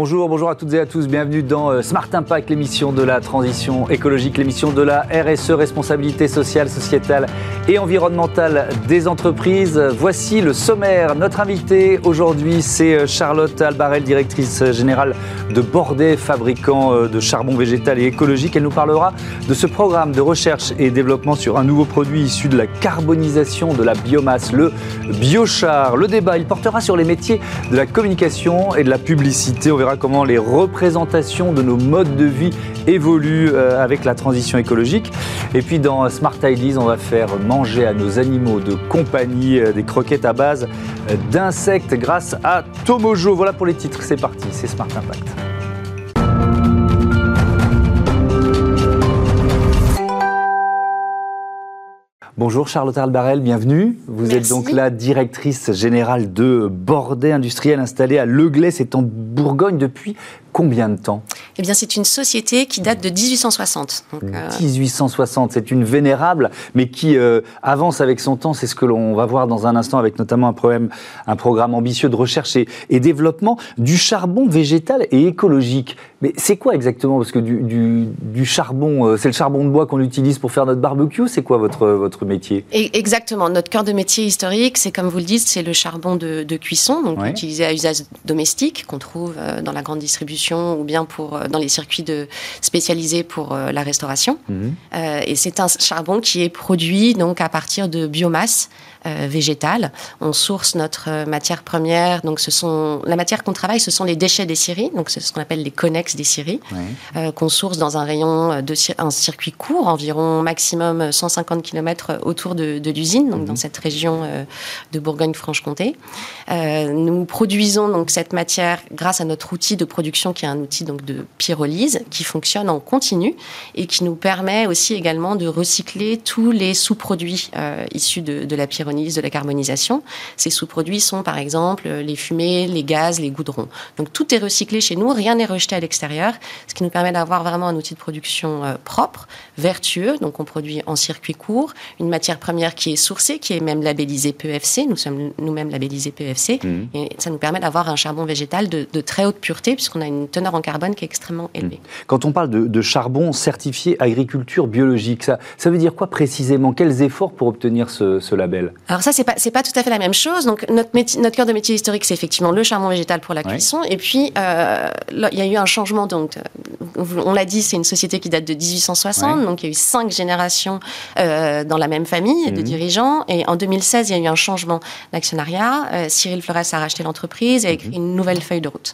Bonjour à toutes et à tous, bienvenue dans Smart Impact, l'émission de la transition écologique, l'émission de la RSE, responsabilité sociale, sociétale et environnementale des entreprises. Voici le sommaire. Notre invitée aujourd'hui, c'est Charlotte Albarel, directrice générale de Bordet, fabricant de charbon végétal et écologique. Elle nous parlera de ce programme de recherche et développement sur un nouveau produit issu de la carbonisation de la biomasse, le biochar. Le débat, il portera sur les métiers de la communication et de la publicité. On verra comment les représentations de nos modes de vie évoluent avec la transition écologique. Et puis dans Smart Ideas, on va faire manger à nos animaux de compagnie des croquettes à base d'insectes grâce à Tomojo. Voilà pour les titres, c'est parti, c'est Smart Impact. Bonjour Charlotte Albarel, bienvenue. Vous Merci. Êtes donc la directrice générale de Bordet Industriel installée à Le Glay, c'est en Bourgogne depuis combien de temps ? Eh bien, c'est une société qui date de 1860. Donc, 1860, c'est une vénérable, mais qui avance avec son temps. C'est ce que l'on va voir dans un instant avec notamment un programme ambitieux de recherche et développement du charbon végétal et écologique. Mais c'est quoi exactement ? Parce que du charbon, c'est le charbon de bois qu'on utilise pour faire notre barbecue. C'est quoi votre métier ? Exactement. Notre cœur de métier historique, c'est comme vous le dites, c'est le charbon de cuisson, donc utilisé à usage domestique, qu'on trouve dans la grande distribution ou bien dans les circuits spécialisés pour la restauration. Et c'est un charbon qui est produit donc à partir de biomasse végétale. On source notre matière première, donc la matière qu'on travaille, ce sont les déchets des scieries, donc c'est ce qu'on appelle les connexes des scieries, qu'on source dans un rayon un circuit court, environ maximum 150 km autour de l'usine, donc dans cette région de Bourgogne-Franche-Comté. Nous produisons donc cette matière grâce à notre outil de production qui est un outil donc de pyrolyse qui fonctionne en continu et qui nous permet aussi également de recycler tous les sous-produits issus de la pyrolyse, de la carbonisation. Ces sous-produits sont par exemple les fumées, les gaz, les goudrons. Donc tout est recyclé chez nous, rien n'est rejeté à l'extérieur, ce qui nous permet d'avoir vraiment un outil de production propre, vertueux. Donc on produit en circuit court, une matière première qui est sourcée, qui est même labellisée PEFC. Nous sommes nous-mêmes labellisés PEFC. Et ça nous permet d'avoir un charbon végétal de très haute pureté puisqu'on a une teneur en carbone qui est extrêmement élevée. Quand on parle de charbon certifié agriculture biologique, ça veut dire quoi précisément ? Quels efforts pour obtenir ce label ? Alors ça, c'est pas tout à fait la même chose. Donc notre cœur de métier historique, c'est effectivement le charbon végétal pour la cuisson. Et puis il y a eu un changement. Donc on l'a dit, c'est une société qui date de 1860. Donc il y a eu 5 générations dans la même famille de dirigeants. Et en 2016, il y a eu un changement d'actionnariat. Cyril Flores a racheté l'entreprise et a écrit une nouvelle feuille de route.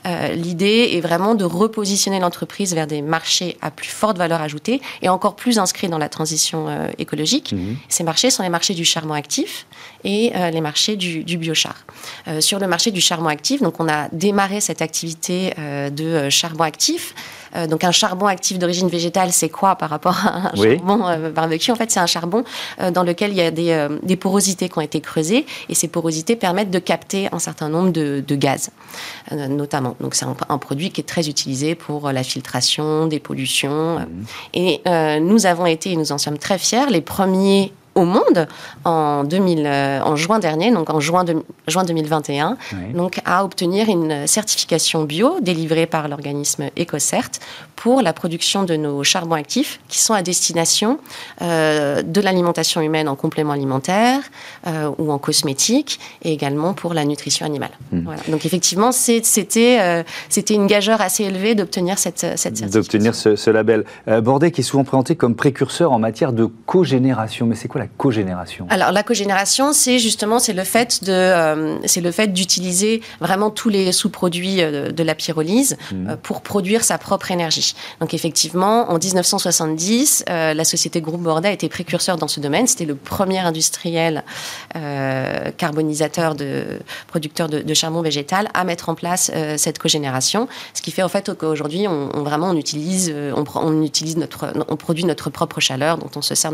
L'idée est vraiment de repositionner l'entreprise vers des marchés à plus forte valeur ajoutée et encore plus inscrits dans la transition écologique. Ces marchés sont les marchés du charbon actif et les marchés du biochar. Sur le marché du charbon actif, donc on a démarré cette activité de charbon actif. Donc un charbon actif d'origine végétale, c'est quoi par rapport à un charbon barbecue ? En fait, c'est un charbon dans lequel il y a des porosités qui ont été creusées et ces porosités permettent de capter un certain nombre de gaz, notamment. Donc c'est un produit qui est très utilisé pour la filtration des pollutions. Et nous avons été, et nous en sommes très fiers, les premiers au monde en juin dernier, donc en juin 2021, donc à obtenir une certification bio délivrée par l'organisme EcoCert pour la production de nos charbons actifs qui sont à destination de l'alimentation humaine en complément alimentaire ou en cosmétique et également pour la nutrition animale. Voilà. Donc effectivement, c'était une gageure assez élevée d'obtenir cette certification. D'obtenir ce label. Bordet qui est souvent présenté comme précurseur en matière de cogénération, mais c'est quoi la cogénération ? Alors la cogénération, c'est le fait d'utiliser vraiment tous les sous-produits de la pyrolyse pour produire sa propre énergie. Donc effectivement, en 1970, la société Groupe Bordet a été précurseur dans ce domaine. C'était le premier industriel carbonisateur producteur de charbon végétal à mettre en place cette cogénération. Ce qui fait en fait qu'aujourd'hui, on produit notre propre chaleur dont on se sert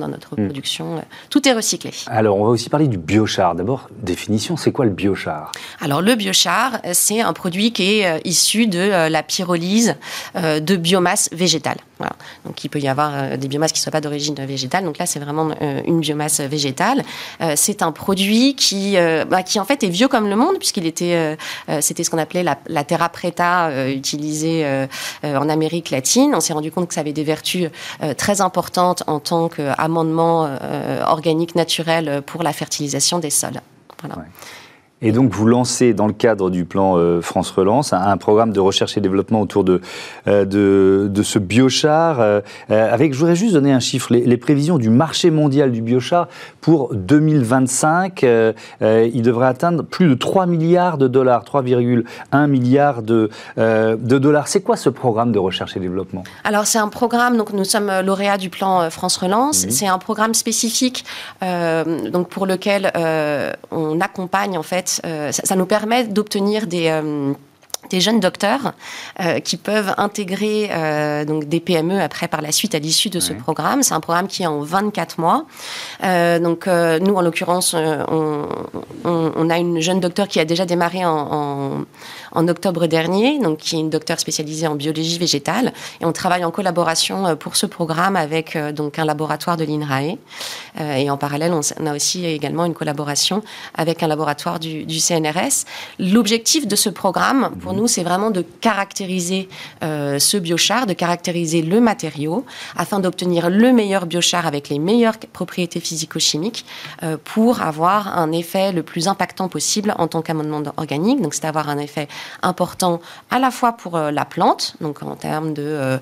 dans notre production. Tout est recyclé. Alors, on va aussi parler du biochar. D'abord, définition, c'est quoi le biochar? Alors, le biochar, c'est un produit qui est issu de la pyrolyse de biomasse végétale. Voilà. Donc, il peut y avoir des biomasses qui ne soient pas d'origine végétale. Donc là, c'est vraiment une biomasse végétale. C'est un produit qui en fait est vieux comme le monde, puisqu'il était, c'était ce qu'on appelait la terra preta utilisée en Amérique latine. On s'est rendu compte que ça avait des vertus très importantes en tant qu'amendement organique naturel pour la fertilisation des sols. Voilà. Ouais. Et donc, vous lancez, dans le cadre du plan France Relance, un programme de recherche et développement autour de ce biochar. Je voudrais juste donner un chiffre. Les prévisions du marché mondial du biochar pour 2025, il devrait atteindre plus de 3 milliards de dollars, 3,1 milliards de dollars. C'est quoi ce programme de recherche et développement? Alors, c'est un programme, donc nous sommes lauréats du plan France Relance. C'est un programme spécifique donc pour lequel on accompagne en fait. Ça nous permet d'obtenir des jeunes docteurs qui peuvent intégrer donc des PME après par la suite à l'issue de ce programme. C'est un programme qui est en 24 mois. Nous, en l'occurrence, on a une jeune docteure qui a déjà démarré en octobre dernier, donc qui est une docteure spécialisée en biologie végétale. Et on travaille en collaboration pour ce programme avec donc un laboratoire de l'INRAE. Et en parallèle, on a aussi également une collaboration avec un laboratoire du CNRS. L'objectif de ce programme, pour nous, c'est vraiment de caractériser ce biochar, de caractériser le matériau, afin d'obtenir le meilleur biochar avec les meilleures propriétés physico-chimiques pour avoir un effet le plus impactant possible en tant qu'amendement organique. Donc, c'est avoir un effet important à la fois pour la plante, donc en termes de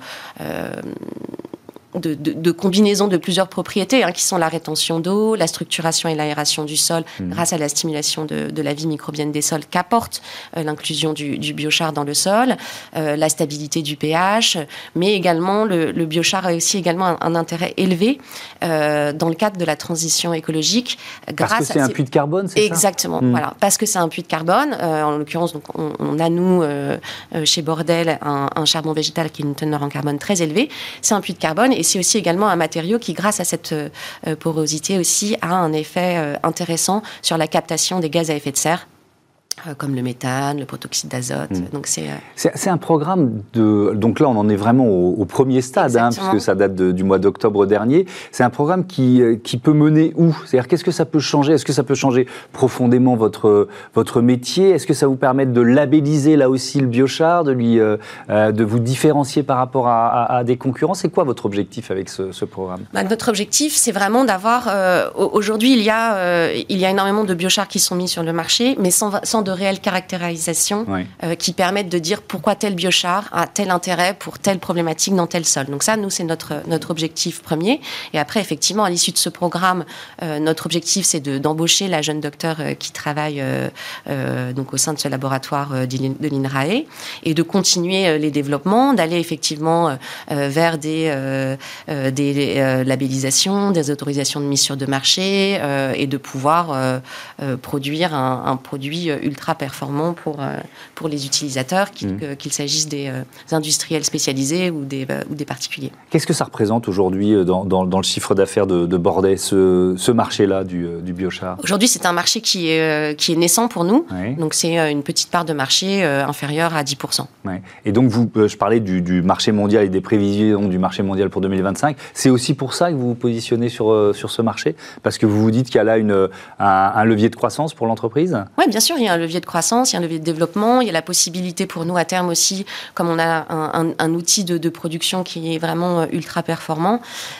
combinaison de plusieurs propriétés, qui sont la rétention d'eau, la structuration et l'aération du sol, grâce à la stimulation de la vie microbienne des sols qu'apporte l'inclusion du biochar dans le sol, la stabilité du pH, mais également le biochar a aussi également un intérêt élevé dans le cadre de la transition écologique. Parce que c'est un puits de carbone, c'est ça? Exactement, voilà, parce que c'est un puits de carbone. En l'occurrence, donc, on a, nous, chez Bordel, un charbon végétal qui a une teneur en carbone très élevée. C'est un puits de carbone et c'est aussi également un matériau qui, grâce à cette porosité aussi, a un effet intéressant sur la captation des gaz à effet de serre, comme le méthane, le protoxyde d'azote. Donc c'est un programme donc là, on en est vraiment au premier stade, puisque ça date du mois d'octobre dernier. C'est un programme qui peut mener où? C'est-à-dire, qu'est-ce que ça peut changer? Est-ce que ça peut changer profondément votre métier? Est-ce que ça vous permet de labelliser là aussi le biochar, de vous différencier par rapport à des concurrents? C'est quoi votre objectif avec ce programme? Notre objectif, c'est vraiment d'avoir... aujourd'hui, il y a énormément de biochars qui sont mis sur le marché, mais sans de réelle caractérisation qui permettent de dire pourquoi tel biochar a tel intérêt pour telle problématique dans tel sol. Donc ça, nous, c'est notre objectif premier. Et après, effectivement, à l'issue de ce programme, notre objectif, c'est d'embaucher la jeune docteure qui travaille donc au sein de ce laboratoire de l'INRAE et de continuer les développements, d'aller effectivement vers des labellisations, des autorisations de mise sur de marché et de pouvoir produire un produit ultra performant pour les utilisateurs, qu'il s'agisse des industriels spécialisés ou des particuliers. Qu'est-ce que ça représente aujourd'hui dans le chiffre d'affaires de Bordet, ce marché-là du biochar? Aujourd'hui, c'est un marché qui est naissant pour nous. Donc, c'est une petite part de marché inférieure à 10%. Et donc, je parlais du marché mondial et des prévisions du marché mondial pour 2025. C'est aussi pour ça que vous vous positionnez sur ce marché? Parce que vous vous dites qu'il y a là un levier de croissance pour l'entreprise? Oui, bien sûr, il y a un levier de croissance, il y a un levier de développement, il y a la possibilité pour nous à terme aussi, comme on a un outil de production qui est vraiment ultra performant,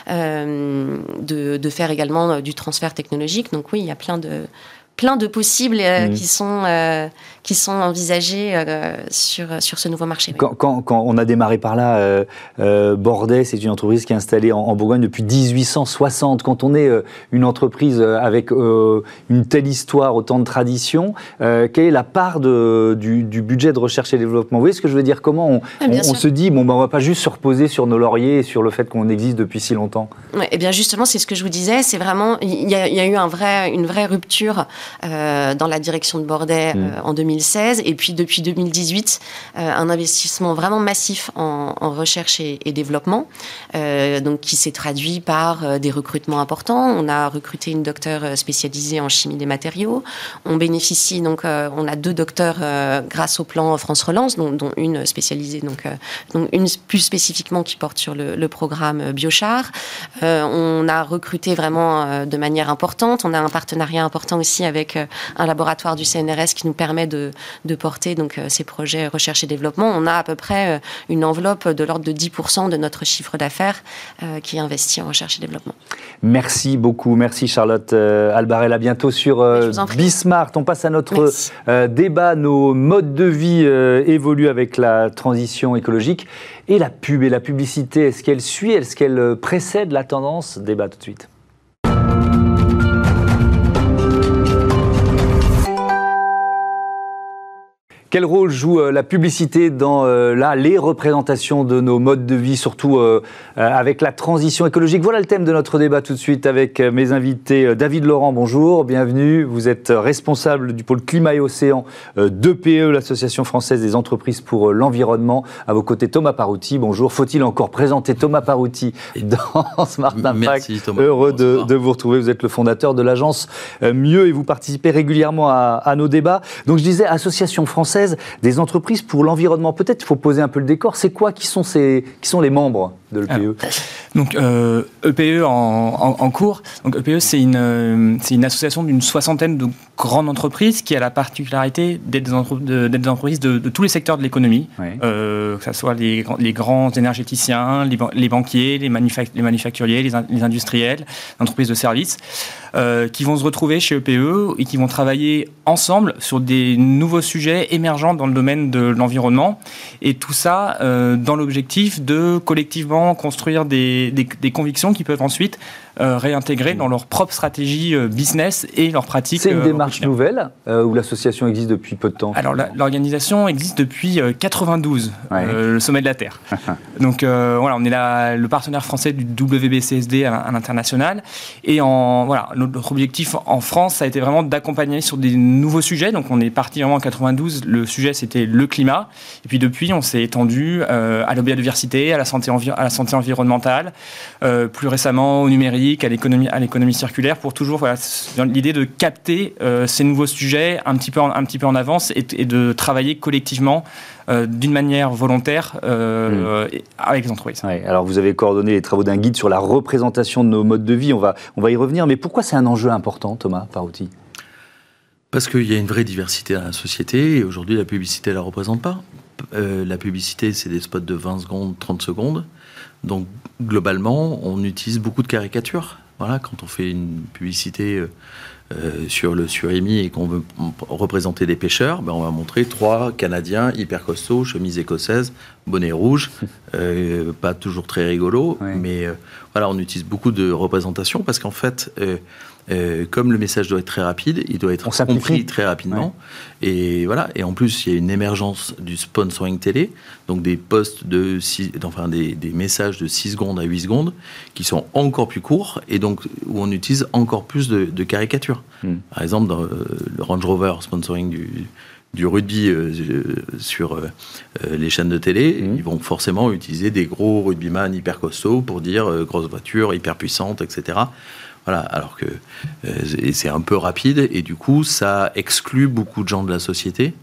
de faire également du transfert technologique. Donc oui, il y a plein de possibles qui sont envisagés sur ce nouveau marché. Quand on a démarré par là, Bordet, c'est une entreprise qui est installée en Bourgogne depuis 1860. Quand on est une entreprise avec une telle histoire, autant de traditions, quelle est la part du budget de recherche et développement? Vous voyez ce que je veux dire? Comment on se dit, on ne va pas juste se reposer sur nos lauriers et sur le fait qu'on existe depuis si longtemps? Et bien justement, c'est ce que je vous disais, c'est vraiment, il y a eu une vraie rupture dans la direction de Bordet en 2016. Et puis depuis 2018, un investissement vraiment massif en recherche et développement, donc qui s'est traduit par des recrutements importants. On a recruté une docteure spécialisée en chimie des matériaux. On bénéficie, donc on a 2 docteurs grâce au plan France Relance, dont une spécialisée, donc une plus spécifiquement qui porte sur le programme Biochar. On a recruté vraiment de manière importante. On a un partenariat important aussi avec un laboratoire du CNRS qui nous permet de porter donc ces projets recherche et développement. On a à peu près une enveloppe de l'ordre de 10% de notre chiffre d'affaires qui est investi en recherche et développement. Merci beaucoup. Merci Charlotte Albarel. À bientôt sur Bismart. On passe à notre débat. Nos modes de vie évoluent avec la transition écologique. Et la pub et la publicité, est-ce qu'elle suit, est-ce qu'elle précède la tendance? Débat tout de suite. Quel rôle joue la publicité dans les représentations de nos modes de vie, surtout avec la transition écologique? Voilà le thème de notre débat tout de suite avec mes invités. David Laurent, bonjour, bienvenue. Vous êtes responsable du pôle climat et océan d'EPE, l'Association française des entreprises pour l'environnement. À vos côtés, Thomas Parouti, bonjour. Faut-il encore présenter Thomas Parouti dans Smart Impact? Merci, Thomas. Heureux de vous retrouver. Vous êtes le fondateur de l'agence Mieux et vous participez régulièrement à nos débats. Donc je disais, Association française des entreprises pour l'environnement. Peut-être qu'il faut poser un peu le décor. C'est quoi qui sont les membres de l'EPE? Donc EPE en cours. Donc EPE, c'est une association d'une 60aine de grandes entreprises qui a la particularité d'être des entreprises de tous les secteurs de l'économie, que ce soit les grands énergéticiens, les banquiers, les manufacturiers, les industriels, les entreprises de services, qui vont se retrouver chez EPE et qui vont travailler ensemble sur des nouveaux sujets émergents dans le domaine de l'environnement. Et tout ça dans l'objectif de collectivement construire des convictions qui peuvent ensuite réintégrer dans leur propre stratégie business et leurs pratiques. C'est une démarche nouvelle où l'association existe depuis peu de temps? Alors l'organisation existe depuis 92, le sommet de la Terre. Donc voilà, on est le partenaire français du WBCSD à l'international. Et notre objectif en France, ça a été vraiment d'accompagner sur des nouveaux sujets. Donc on est parti vraiment en 92, le sujet c'était le climat. Et puis depuis, on s'est étendu à la biodiversité, à la santé environnementale, plus récemment au numérique, à l'économie circulaire, pour toujours l'idée de capter ces nouveaux sujets un petit peu en avance et de travailler collectivement d'une manière volontaire avec les entreprises. Ouais, alors vous avez coordonné les travaux d'un guide sur la représentation de nos modes de vie, on va y revenir, mais pourquoi c'est un enjeu important, Thomas Parouti? Parce qu'il y a une vraie diversité dans la société, et aujourd'hui la publicité ne la représente pas. La publicité, c'est des spots de 20 secondes, 30 secondes. Donc, globalement, on utilise beaucoup de caricatures. Voilà, quand on fait une publicité sur le surimi et qu'on veut représenter des pêcheurs, on va montrer 3 Canadiens hyper costauds, chemise écossaise, bonnet rouge, pas toujours très rigolo, mais voilà, on utilise beaucoup de représentations parce qu'en fait, comme le message doit être très rapide, il doit être compris très rapidement. Ouais. Et voilà. Et en plus, il y a une émergence du sponsoring télé, donc des posts des messages de 6 secondes à 8 secondes qui sont encore plus courts et donc où on utilise encore plus de caricatures. Par exemple, dans le Range Rover sponsoring du rugby sur les chaînes de télé, ils vont forcément utiliser des gros rugbyman hyper costauds pour dire grosse voiture, hyper puissante, etc. Voilà, alors que c'est un peu rapide et du coup, ça exclut beaucoup de gens de la société.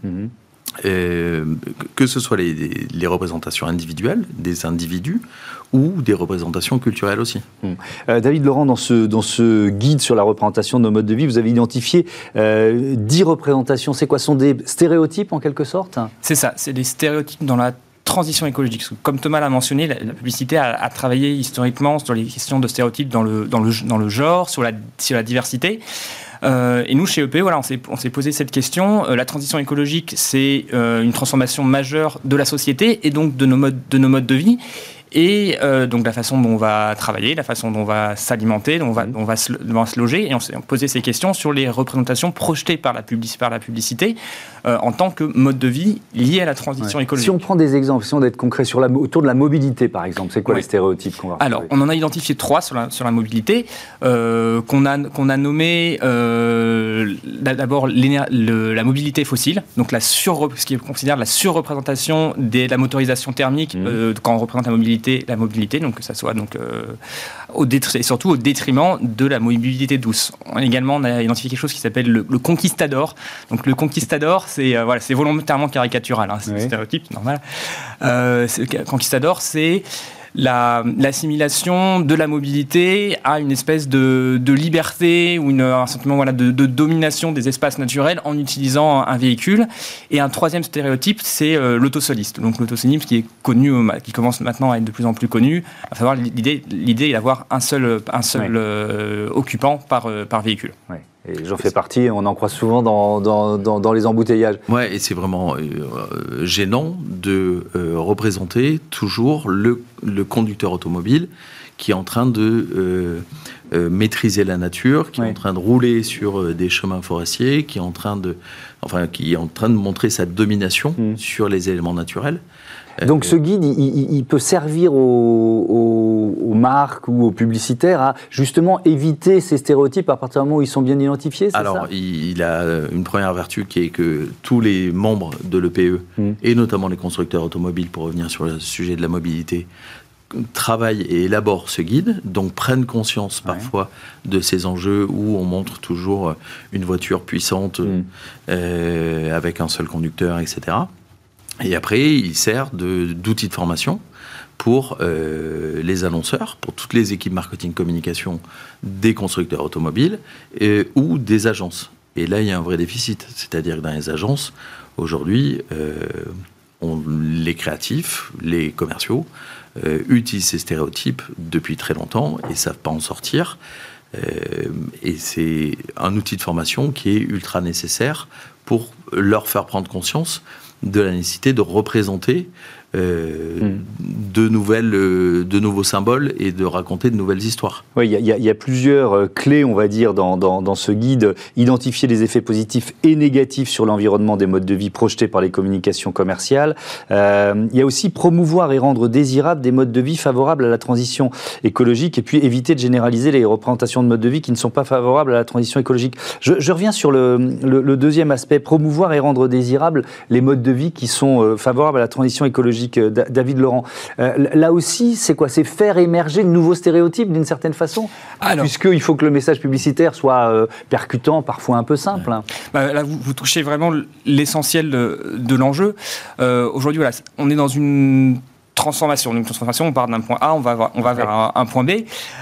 Que ce soit les représentations individuelles des individus ou des représentations culturelles aussi. David Laurent, dans ce guide sur la représentation de nos modes de vie, vous avez identifié 10 représentations. C'est quoi? Ce sont des stéréotypes en quelque sorte? C'est ça, c'est des stéréotypes dans la transition écologique. Comme Thomas l'a mentionné, la publicité a travaillé historiquement sur les questions de stéréotypes dans le genre, sur la diversité. Et nous, chez EPE, on s'est posé cette question. La transition écologique, c'est une transformation majeure de la société et donc de nos modes de vie. Et donc la façon dont on va travailler, la façon dont on va s'alimenter, dont on va se loger, et on s'est posé ces questions sur les représentations projetées par la publicité en tant que mode de vie lié à la transition écologique. Si on prend des exemples, si on d'être concret autour de la mobilité par exemple, c'est quoi les stéréotypes qu'on va retrouver? Alors, on en a identifié 3 sur la mobilité qu'on a nommé d'abord la mobilité fossile, donc ce qui considère la surreprésentation de la motorisation thermique quand on représente la mobilité, donc que ça soit donc et surtout au détriment de la mobilité douce. Également, on a identifié quelque chose qui s'appelle le conquistador. Donc le conquistador, c'est volontairement caricatural, c'est un stéréotype, c'est normal. Conquistador, c'est l'assimilation de la mobilité à une espèce de liberté ou un sentiment de domination des espaces naturels en utilisant un véhicule. Et un troisième stéréotype, c'est l'autosoliste. Donc l'autosolisme qui est connu, qui commence maintenant à être de plus en plus connu, à savoir l'idée est d'avoir un seul occupant par véhicule. Ouais. Et j'en fais partie, on en croise souvent dans les embouteillages. Ouais, et c'est vraiment gênant de représenter toujours le conducteur automobile qui est en train de maîtriser la nature, qui est en train de rouler sur des chemins forestiers, qui est en train de montrer sa domination sur les éléments naturels. Donc ce guide, il peut servir aux marques ou aux publicitaires à justement éviter ces stéréotypes à partir du moment où ils sont bien identifiés, c'est ça ? Alors, il a une première vertu qui est que tous les membres de l'EPE, et notamment les constructeurs automobiles, pour revenir sur le sujet de la mobilité, travaillent et élaborent ce guide, donc prennent conscience parfois de ces enjeux où on montre toujours une voiture puissante avec un seul conducteur, etc. Et après, il sert d'outil de formation pour les annonceurs, pour toutes les équipes marketing communication des constructeurs automobiles ou des agences. Et là, il y a un vrai déficit. C'est-à-dire que dans les agences, aujourd'hui, les créatifs, les commerciaux, utilisent ces stéréotypes depuis très longtemps et ne savent pas en sortir. Et c'est un outil de formation qui est ultra nécessaire pour leur faire prendre conscience de la nécessité de représenter de nouveaux symboles et de raconter de nouvelles histoires. Oui, il y a plusieurs clés, on va dire, dans ce guide. Identifier les effets positifs et négatifs sur l'environnement des modes de vie projetés par les communications commerciales. Il y a aussi promouvoir et rendre désirables des modes de vie favorables à la transition écologique et puis éviter de généraliser les représentations de modes de vie qui ne sont pas favorables à la transition écologique. Je reviens sur le deuxième aspect, promouvoir et rendre désirables les modes de vie qui sont favorables à la transition écologique. David Laurent, là aussi, c'est quoi ? C'est faire émerger de nouveaux stéréotypes d'une certaine façon ? Puisqu'il faut que le message publicitaire soit percutant, parfois un peu simple. Là, vous touchez vraiment l'essentiel de l'enjeu. Aujourd'hui, on est dans une transformation. Donc, transformation, on part d'un point A, on va vers un point B.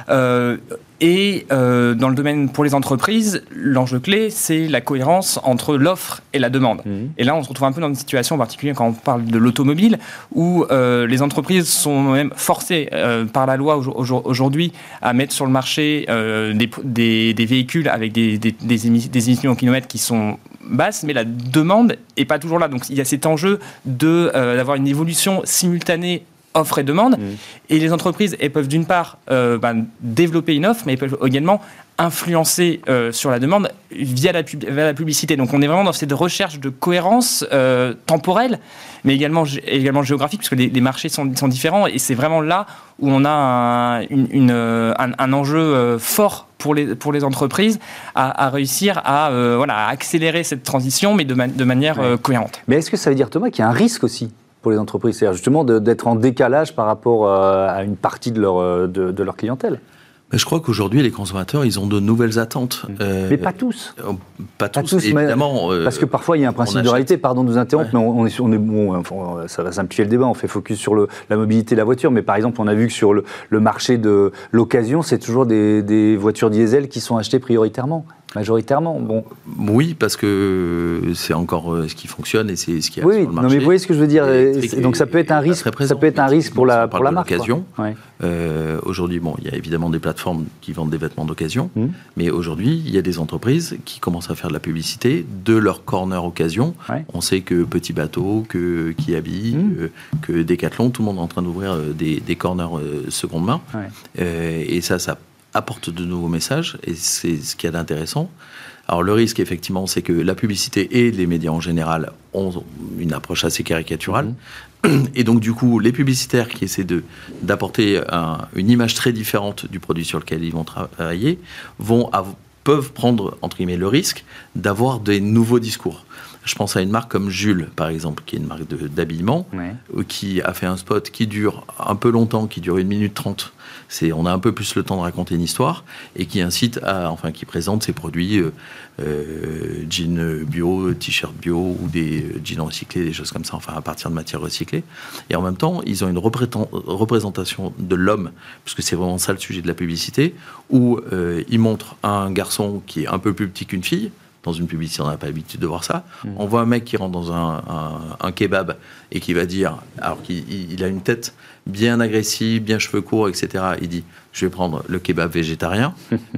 Et dans le domaine pour les entreprises, l'enjeu clé, c'est la cohérence entre l'offre et la demande. Et là, on se retrouve un peu dans une situation, en particulier quand on parle de l'automobile, où les entreprises sont même forcées par la loi aujourd'hui à mettre sur le marché des véhicules avec des émissions au kilomètre qui sont basses, mais la demande n'est pas toujours là. Donc il y a cet enjeu d'avoir une évolution simultanée offre et demande, et les entreprises, elles peuvent d'une part développer une offre, mais elles peuvent également influencer sur la demande via la publicité. Donc on est vraiment dans cette recherche de cohérence temporelle, mais également géographique, puisque les marchés sont différents, et c'est vraiment là où on a un enjeu fort pour les entreprises à réussir à accélérer cette transition, mais de manière cohérente. Mais est-ce que ça veut dire, Thomas, qu'il y a un risque aussi pour les entreprises, c'est-à-dire justement d'être en décalage par rapport à une partie de leur clientèle? Je crois qu'aujourd'hui, les consommateurs, ils ont de nouvelles attentes. Mais pas tous. Pas tous, évidemment. Parce que parfois, il y a un principe de réalité, pardon de nous interrompre, mais ça va simplifier le débat, on fait focus sur la mobilité de la voiture, mais par exemple, on a vu que sur le marché de l'occasion, c'est toujours des voitures diesel qui sont achetées prioritairement. majoritairement. Bon. Oui, parce que c'est encore ce qui fonctionne et c'est ce qui a sur le marché. Non, mais vous voyez ce que je veux dire. Donc ça peut être un risque. Ça peut être un risque pour la marque. L'occasion. Aujourd'hui, il y a évidemment des plateformes qui vendent des vêtements d'occasion, mais aujourd'hui, il y a des entreprises qui commencent à faire de la publicité de leur corner occasion. On sait que Petit Bateau, que Kiabi, que Decathlon, tout le monde est en train d'ouvrir des corners seconde main. Et ça apporte de nouveaux messages, et c'est ce qu'il y a d'intéressant. Alors le risque, effectivement, c'est que la publicité et les médias en général ont une approche assez caricaturale. Et donc, du coup, les publicitaires qui essaient d'apporter une image très différente du produit sur lequel ils vont travailler peuvent prendre, entre guillemets, le risque d'avoir des nouveaux discours. Je pense à une marque comme Jules, par exemple, qui est une marque d'habillement, qui a fait un spot qui dure un peu longtemps, qui dure 1 minute 30. On a un peu plus le temps de raconter une histoire, et qui incite qui présente ses produits jeans bio, t-shirts bio, ou des jeans recyclés, des choses comme ça, à partir de matières recyclées. Et en même temps, ils ont une représentation de l'homme, parce que c'est vraiment ça le sujet de la publicité, où ils montrent un garçon qui est un peu plus petit qu'une fille. Dans une publicité, on n'a pas l'habitude de voir ça. On voit un mec qui rentre dans un kebab et qui va dire, alors qu'il a une tête bien agressive, bien cheveux courts, etc. Il dit, je vais prendre le kebab végétarien.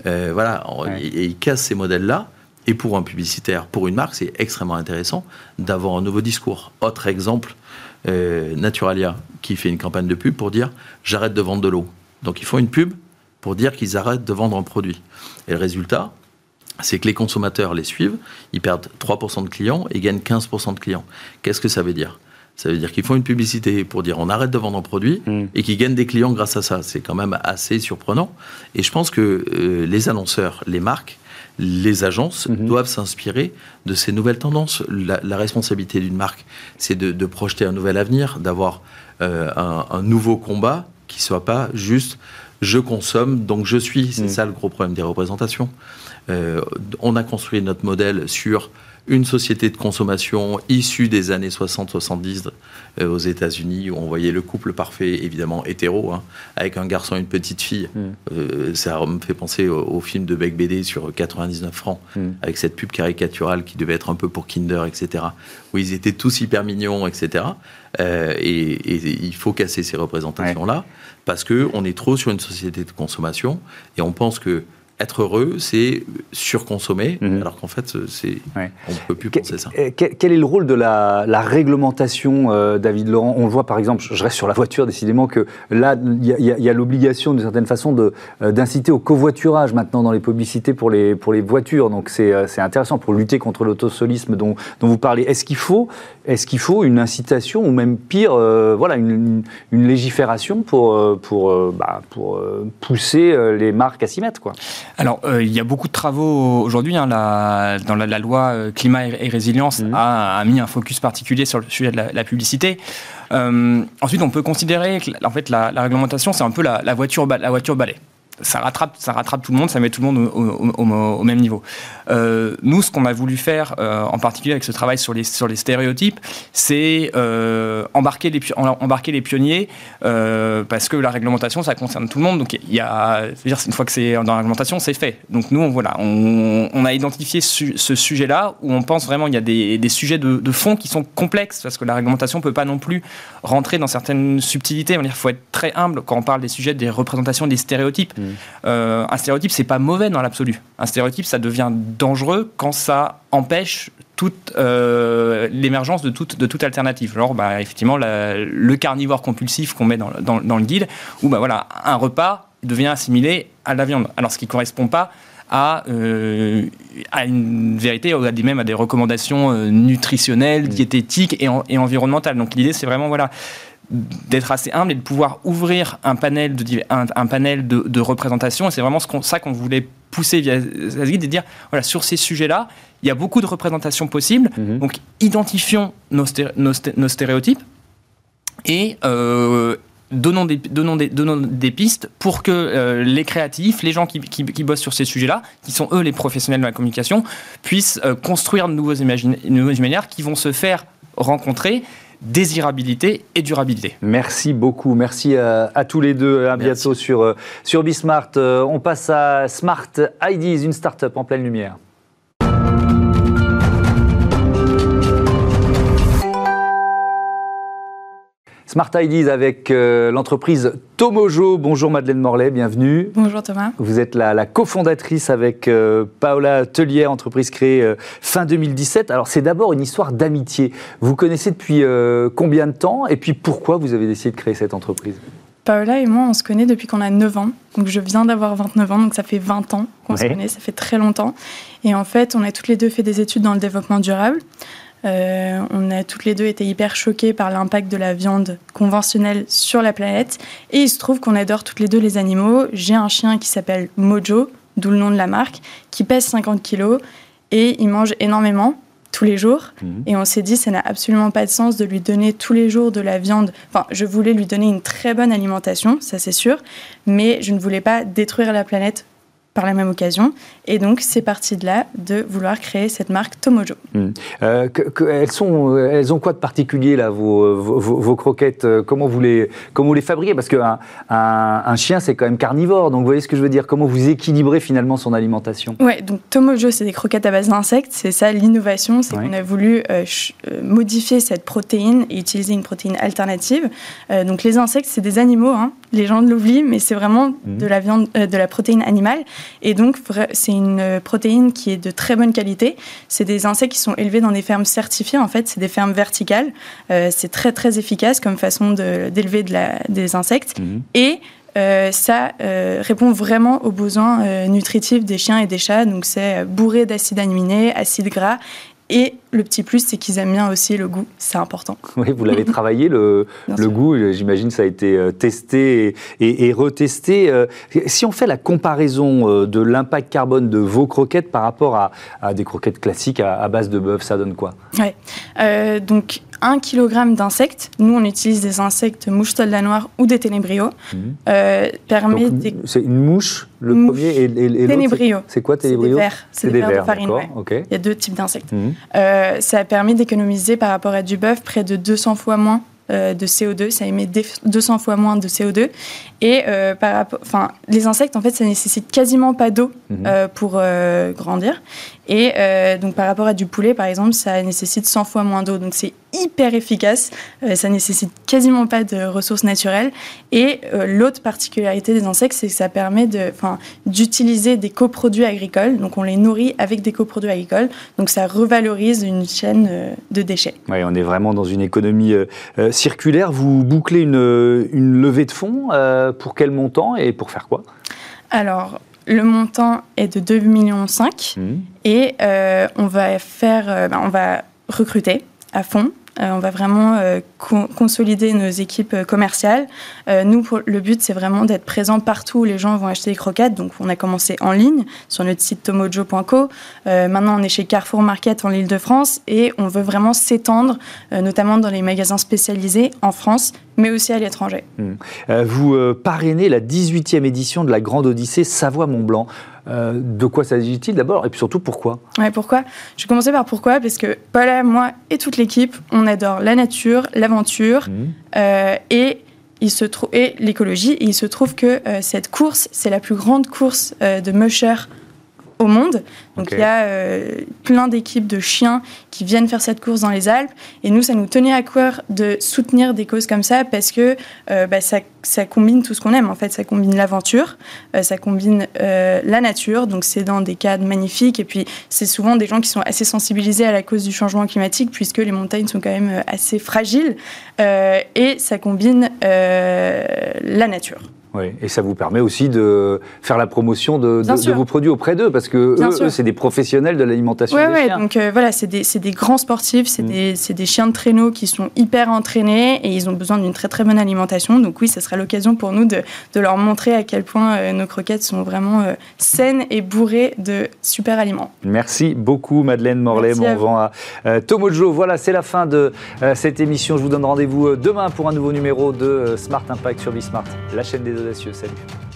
Et il casse ces modèles-là. Et pour un publicitaire, pour une marque, c'est extrêmement intéressant d'avoir un nouveau discours. Autre exemple, Naturalia, qui fait une campagne de pub pour dire, j'arrête de vendre de l'eau. Donc ils font une pub pour dire qu'ils arrêtent de vendre un produit. Et le résultat, c'est que les consommateurs les suivent, ils perdent 3% de clients et gagnent 15% de clients. Qu'est-ce que ça veut dire ? Ça veut dire qu'ils font une publicité pour dire on arrête de vendre un produit et qu'ils gagnent des clients grâce à ça. C'est quand même assez surprenant. Et je pense que les annonceurs, les marques, les agences doivent s'inspirer de ces nouvelles tendances. La responsabilité d'une marque, c'est de projeter un nouvel avenir, d'avoir un nouveau combat qui ne soit pas juste je consomme, donc je suis. C'est ça le gros problème des représentations. On a construit notre modèle sur une société de consommation issue des années 60-70 aux États-Unis, où on voyait le couple parfait, évidemment hétéro, avec un garçon et une petite fille. Ça me fait penser au film de Bec BD sur 99 francs, avec cette pub caricaturale qui devait être un peu pour Kinder, etc., où ils étaient tous hyper mignons, etc. Et il faut casser ces représentations-là, parce qu'on est trop sur une société de consommation, et on pense que être heureux, c'est surconsommer, alors qu'en fait, on ne peut plus penser ça. Quel est le rôle de la réglementation, David Laurent ? On le voit, par exemple, je reste sur la voiture, décidément, que là, il y a l'obligation, d'une certaine façon, d'inciter au covoiturage maintenant dans les publicités pour les voitures. Donc, c'est intéressant pour lutter contre l'autosolisme dont vous parlez. Est-ce qu'il faut une incitation, ou même pire, une légifération pour pousser les marques à s'y mettre, quoi ? Alors, il y a beaucoup de travaux aujourd'hui. Dans la loi climat et résilience a mis un focus particulier sur le sujet de la publicité. Ensuite, on peut considérer que la réglementation, c'est un peu la voiture balai. Ça rattrape tout le monde, ça met tout le monde au même niveau. Nous, ce qu'on a voulu faire, en particulier avec ce travail sur les stéréotypes, c'est embarquer les pionniers, parce que la réglementation, ça concerne tout le monde. Donc, une fois que c'est dans la réglementation, c'est fait. Donc, nous, on a identifié ce sujet-là, où on pense vraiment il y a des sujets de fond qui sont complexes, parce que la réglementation ne peut pas non plus rentrer dans certaines subtilités. Il faut être très humble quand on parle des sujets des représentations, des stéréotypes. Un stéréotype, c'est pas mauvais dans l'absolu. Un stéréotype, ça devient dangereux quand ça empêche toute l'émergence de toute alternative. Genre, effectivement, le carnivore compulsif qu'on met dans le guide, où un repas devient assimilé à la viande. Alors, ce qui correspond pas à une vérité, même à des recommandations nutritionnelles, diététiques et environnementales. Donc, l'idée, c'est vraiment d'être assez humble et de pouvoir ouvrir un panel de représentation. Et c'est vraiment ça qu'on voulait pousser via ce guide, et dire, sur ces sujets-là, il y a beaucoup de représentations possibles. Donc, identifions nos stéréotypes et donnons des pistes pour que les créatifs, les gens qui bossent sur ces sujets-là, qui sont eux les professionnels de la communication, puissent construire de nouveaux imaginaires qui vont se faire rencontrer désirabilité et durabilité. Merci beaucoup, merci à tous les deux. À bientôt sur Bismart. On passe à Smart Ideas, une start-up en pleine lumière. Smart Ideas avec l'entreprise Tomojo. Bonjour Madeleine Morlet, bienvenue. Bonjour Thomas. Vous êtes la cofondatrice avec Paola Tellière, entreprise créée fin 2017. Alors c'est d'abord une histoire d'amitié. Vous connaissez depuis combien de temps et puis pourquoi vous avez décidé de créer cette entreprise ? Paola et moi, on se connaît depuis qu'on a 9 ans. Donc je viens d'avoir 29 ans, donc ça fait 20 ans qu'on se connaît, ça fait très longtemps. Et en fait, on a toutes les deux fait des études dans le développement durable. On a toutes les deux été hyper choquées par l'impact de la viande conventionnelle sur la planète. Et il se trouve qu'on adore toutes les deux les animaux. J'ai un chien qui s'appelle Mojo, d'où le nom de la marque, qui pèse 50 kilos et il mange énormément tous les jours. Et on s'est dit, ça n'a absolument pas de sens de lui donner tous les jours de la viande. Enfin, je voulais lui donner une très bonne alimentation, ça c'est sûr, mais je ne voulais pas détruire la planète par la même occasion. Et donc, c'est parti de là, de vouloir créer cette marque Tomojo. Elles ont quoi de particulier, là, vos croquettes ? Comment vous les fabriquez ? Parce qu'un chien, c'est quand même carnivore. Donc, vous voyez ce que je veux dire ? Comment vous équilibrez finalement son alimentation ? Ouais, donc Tomojo, c'est des croquettes à base d'insectes. C'est ça l'innovation, c'est qu'on a voulu modifier cette protéine et utiliser une protéine alternative. Donc, les insectes, c'est des animaux, hein. Les gens l'oublient, mais c'est vraiment de la viande, de la protéine animale. Et donc, c'est une protéine qui est de très bonne qualité. C'est des insectes qui sont élevés dans des fermes certifiées. En fait, c'est des fermes verticales. C'est très, très efficace comme façon d'élever des insectes. Et ça répond vraiment aux besoins nutritifs des chiens et des chats. Donc, c'est bourré d'acides aminés, acides gras. Et le petit plus, c'est qu'ils aiment bien aussi le goût, c'est important. Oui, vous l'avez travaillé, le goût, j'imagine que ça a été testé et retesté. Si on fait la comparaison de l'impact carbone de vos croquettes par rapport à des croquettes classiques à base de bœuf, ça donne quoi ? Donc, 1 kg d'insectes, nous on utilise des insectes mouches-soldats noirs ou des ténébrios, permet... C'est une mouche, le premier et l'autre, c'est quoi ténébrio ? C'est des vers de farine, okay. Il y a 2 types d'insectes. Ça a permis d'économiser par rapport à du bœuf près de 200 fois moins de CO2, ça émet 200 fois moins de CO2. Et les insectes, en fait, ça nécessite quasiment pas d'eau pour grandir. Et donc, par rapport à du poulet, par exemple, ça nécessite 100 fois moins d'eau. Donc, c'est hyper efficace. Ça nécessite quasiment pas de ressources naturelles. Et l'autre particularité des insectes, c'est que ça permet d'utiliser des coproduits agricoles. Donc, on les nourrit avec des coproduits agricoles. Donc, ça revalorise une chaîne de déchets. Oui, on est vraiment dans une économie circulaire. Vous bouclez une levée de fonds pour quel montant et pour faire quoi ? Alors, le montant est de 2,5 millions et on va recruter à fond. On va vraiment consolider nos équipes commerciales. Nous, le but, c'est vraiment d'être présent partout où les gens vont acheter des croquettes. Donc, on a commencé en ligne sur notre site tomojo.co. Maintenant, on est chez Carrefour Market en Île-de-France et on veut vraiment s'étendre, notamment dans les magasins spécialisés en France, mais aussi à l'étranger. Vous parrainez la 18e édition de la Grande Odyssée Savoie-Mont-Blanc. De quoi s'agit-il d'abord et puis surtout pourquoi ? Pourquoi ? Je vais commencer par pourquoi, parce que Paula, moi et toute l'équipe, on adore la nature, l'aventure et l'écologie. Et il se trouve que cette course, c'est la plus grande course de mushers au monde. Donc il y a plein d'équipes de chiens qui viennent faire cette course dans les Alpes. Et nous, ça nous tenait à cœur de soutenir des causes comme ça parce que ça combine tout ce qu'on aime. En fait, ça combine l'aventure, ça combine la nature. Donc c'est dans des cadres magnifiques. Et puis c'est souvent des gens qui sont assez sensibilisés à la cause du changement climatique puisque les montagnes sont quand même assez fragiles. Et ça combine la nature. Oui, et ça vous permet aussi de faire la promotion de vos produits auprès d'eux, parce que eux, c'est des professionnels de l'alimentation des chiens. Donc voilà, c'est des grands sportifs, c'est des chiens de traîneau qui sont hyper entraînés et ils ont besoin d'une très très bonne alimentation. Donc oui, ça sera l'occasion pour nous de leur montrer à quel point nos croquettes sont vraiment saines et bourrées de super aliments. Merci beaucoup Madeleine Morlet, mon vent à Tomojo. Voilà, c'est la fin de cette émission. Je vous donne rendez-vous demain pour un nouveau numéro de Smart Impact sur Bismart, la chaîne des audacieux. Salut.